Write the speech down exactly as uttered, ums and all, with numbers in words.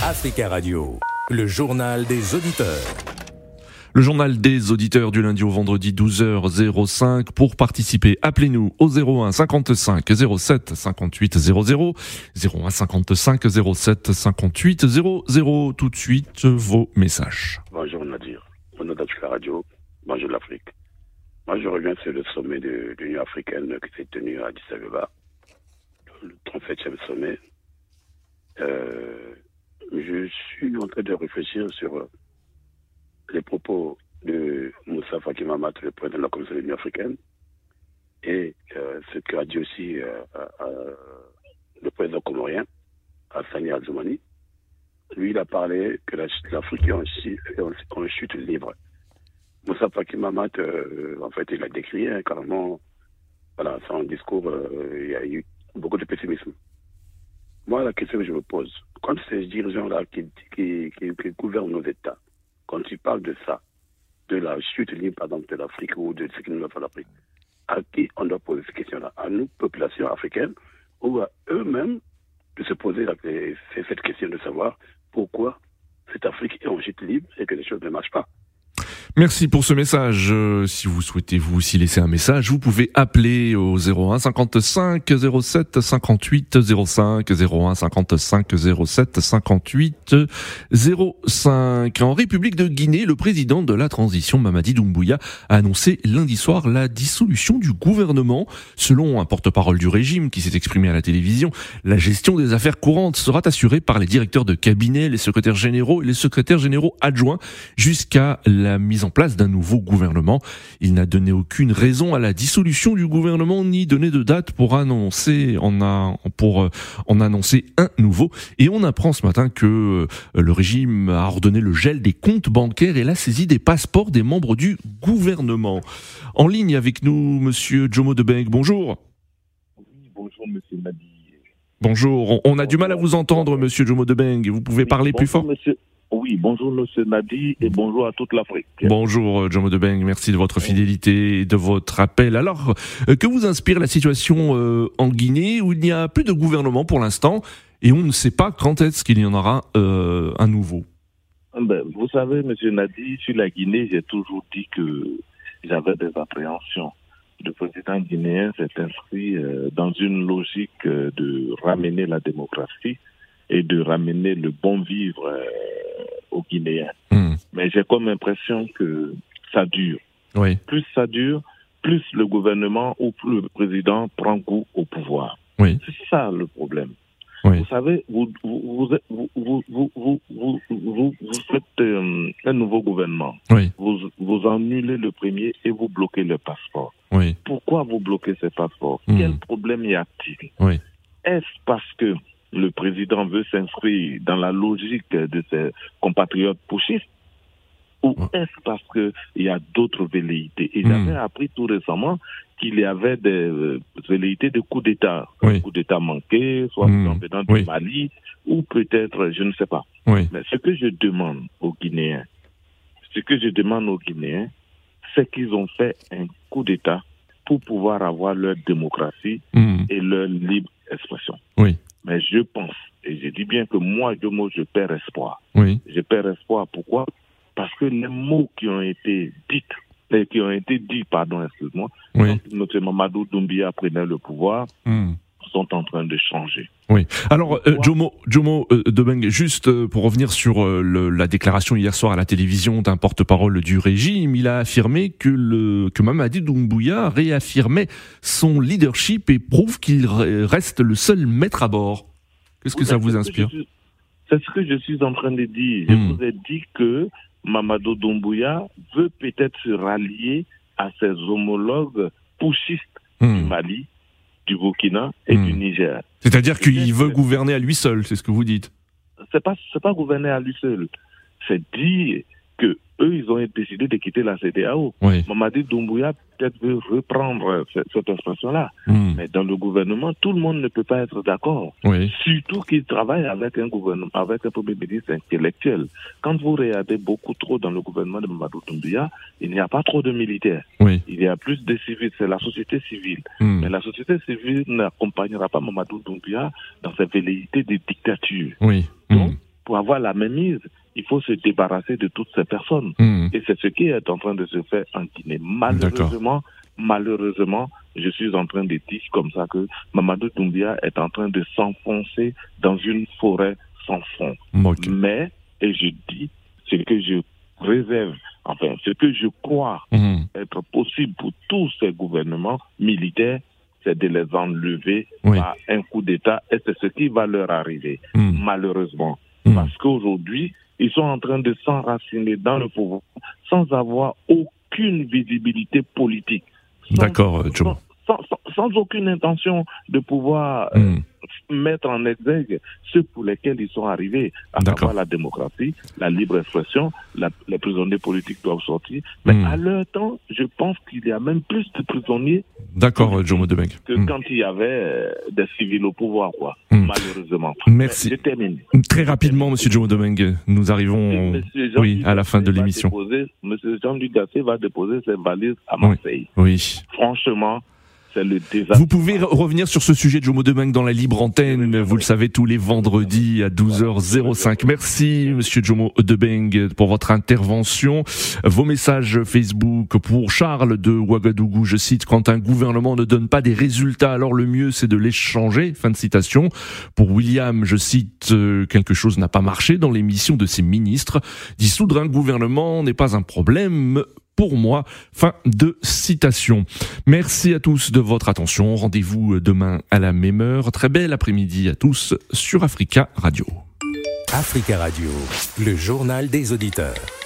Africa Radio, le journal des auditeurs. Le journal des auditeurs du lundi au vendredi douze heures cinq. Pour participer, appelez-nous au zéro un cinquante-cinq zéro sept cinquante-huit zéro zéro, zéro un cinquante-cinq zéro sept cinquante-huit zéro zéro. Tout de suite, vos messages. Bonjour Nadir, au nom d'Africa Radio, bonjour l'Afrique. Moi je reviens sur le sommet de l'Union africaine qui s'est tenu à Addis Abeba, le trente-septième sommet. Euh, je suis en train de réfléchir sur les propos de Moussa Faki Mahamat, le président de la Commission de l'Union africaine, et euh, ce qu'a dit aussi euh, euh, le président comorien, Hassani Azzoumani. Lui, il a parlé que la, l'Afrique est en, en, en chute libre. Moussa Faki Mahamat, euh, en fait, il a décrit hein, carrément, voilà, son discours, euh, il y a eu beaucoup de pessimisme. Moi, la question que je me pose, quand ces dirigeants-là qui, qui, qui, qui gouvernent nos États, quand ils parlent de ça, de la chute libre, par exemple, de l'Afrique ou de ce qui nous offre l'Afrique, à qui on doit poser ces questions-là? À nous, population africaine, ou à eux-mêmes de se poser la, cette question de savoir pourquoi cette Afrique est en chute libre et que les choses ne marchent pas. Merci pour ce message. Euh, si vous souhaitez vous aussi laisser un message, vous pouvez appeler au zéro un cinquante-cinq zéro sept cinquante-huit zéro cinq, zéro un cinquante-cinq zéro sept cinquante-huit zéro cinq. En République de Guinée, le président de la transition, Mamadi Doumbouya, a annoncé lundi soir la dissolution du gouvernement. Selon un porte-parole du régime qui s'est exprimé à la télévision, la gestion des affaires courantes sera assurée par les directeurs de cabinet, les secrétaires généraux et les secrétaires généraux adjoints jusqu'à la mise en place d'un nouveau gouvernement. Il n'a donné aucune raison à la dissolution du gouvernement ni donné de date pour annoncer en a, pour en annoncer un nouveau. Et on apprend ce matin que le régime a ordonné le gel des comptes bancaires et la saisie des passeports des membres du gouvernement. En ligne avec nous, Monsieur Jomo Debeng. Bonjour. Oui, bonjour Monsieur Nadi. Bonjour. On a du mal à vous entendre, Monsieur Jomo Debeng. Vous pouvez oui, parler plus fort. Monsieur. Oui, bonjour Monsieur Nadi et bonjour à toute l'Afrique. Bonjour Jomo Debeng, merci de votre fidélité et de votre appel. Alors, que vous inspire la situation euh, en Guinée où il n'y a plus de gouvernement pour l'instant et on ne sait pas quand est-ce qu'il y en aura euh, un nouveau? Ben, vous savez Monsieur Nadi, sur la Guinée, j'ai toujours dit que j'avais des appréhensions. Le président guinéen s'est inscrit euh, dans une logique euh, de ramener la démocratie et de ramener le bon vivre euh, aux Guinéens. Mmh. Mais j'ai comme impression que ça dure. Oui. Plus ça dure, plus le gouvernement ou plus le président prend goût au pouvoir. Oui. C'est ça le problème. Oui. Vous savez, vous, vous, vous, vous, vous, vous, vous, vous, vous faites euh, un nouveau gouvernement. Oui. Vous, vous annulez le premier et vous bloquez le passeport. Oui. Pourquoi vous bloquez ce passeport? mmh. Quel problème y a-t-il? Oui. Est-ce parce que le président veut s'inscrire dans la logique de ses compatriotes putschistes ou est-ce parce qu'il y a d'autres velléités? Et j'avais mmh. appris tout récemment qu'il y avait des euh, velléités de coup d'État. Oui. Un coup d'État manqué, soit mmh. venant du oui. Mali, ou peut-être, je ne sais pas. Oui. Mais ce que je demande aux Guinéens, ce que je demande aux Guinéens, c'est qu'ils ont fait un coup d'État pour pouvoir avoir leur démocratie mmh. et leur libre expression. Oui. Mais je pense, et je dis bien que moi, Jomo, je perds espoir. Oui. Je perds espoir. Pourquoi? Parce que les mots qui ont été dits, et qui ont été dits, pardon, excuse-moi, oui. quand notamment Mamadou Doumbouya prenait le pouvoir, mm. sont en train de changer. Oui. Alors, euh, Jomo, Jomo euh, Debeng, juste euh, pour revenir sur euh, le, la déclaration hier soir à la télévision d'un porte-parole du régime, il a affirmé que, le, que Mamadi Doumbouya réaffirmait son leadership et prouve qu'il reste le seul maître à bord. Qu'est-ce que oui, ça vous inspire? suis, C'est ce que je suis en train de dire. Je mmh. vous ai dit que Mamadou Doumbouya veut peut-être se rallier à ses homologues putschistes mmh. du Mali, du Burkina et mmh. du Niger. C'est-à-dire qu'il veut gouverner à lui seul, c'est ce que vous dites? C'est pas, c'est pas gouverner à lui seul. C'est dire que eux, ils ont décidé de quitter la C E D A O. Oui. Mamadi Doumbouya peut-être veut reprendre cette, cette expression-là. Mmh. Mais dans le gouvernement, tout le monde ne peut pas être d'accord. Oui. Surtout qu'il travaille avec un gouvernement, avec un premier ministre intellectuel. Quand vous regardez beaucoup trop dans le gouvernement de Mamadou Doumbouya, il n'y a pas trop de militaires. Oui. Il y a plus de civils, c'est la société civile. Mmh. Mais la société civile n'accompagnera pas Mamadou Doumbouya dans ses velléités de dictature. Oui. Donc, mmh. pour pour avoir la mainmise, il faut se débarrasser de toutes ces personnes. Mmh. Et c'est ce qui est en train de se faire en Guinée. Malheureusement, malheureusement, je suis en train de dire comme ça que Mamadou Doumbia est en train de s'enfoncer dans une forêt sans fond. Okay. Mais, et je dis, ce que je réserve, enfin, ce que je crois mmh. être possible pour tous ces gouvernements militaires, c'est de les enlever oui. par un coup d'État, et c'est ce qui va leur arriver, mmh. malheureusement. Mmh. Parce qu'aujourd'hui, ils sont en train de s'enraciner dans le pouvoir sans avoir aucune visibilité politique. Sans, D'accord, Joe. Sans, sans, sans aucune intention de pouvoir mmh. euh, mettre en exergue ceux pour lesquels ils sont arrivés, à savoir la démocratie, la libre expression, la, les prisonniers politiques doivent sortir. Mais mmh. à leur temps, je pense qu'il y a même plus de prisonniers D'accord, Jomo Debeng. que mmh. quand il y avait euh, des civils au pouvoir, quoi, mmh. malheureusement. Merci. Je termine. Très rapidement, Monsieur Jomo Debeng, nous arrivons oui, à la fin de l'émission. Déposer, Monsieur Jean-Luc Gassé va déposer ses valises à Marseille. Oui. oui. Franchement, c'est le désastre. Vous pouvez revenir sur ce sujet de Jomo Debeng dans la libre antenne, vous le savez, tous les vendredis à douze heures zéro cinq. Merci, Monsieur Jomo Debeng, pour votre intervention. Vos messages Facebook pour Charles de Ouagadougou, je cite, quand un gouvernement ne donne pas des résultats, alors le mieux c'est de les changer. Fin de citation. Pour William, je cite, quelque chose n'a pas marché dans l'émission de ses ministres. Dissoudre un gouvernement n'est pas un problème pour moi. Fin de citation. Merci à tous de votre attention. Rendez-vous demain à la même heure. Très bel après-midi à tous sur Africa Radio. Africa Radio, le journal des auditeurs.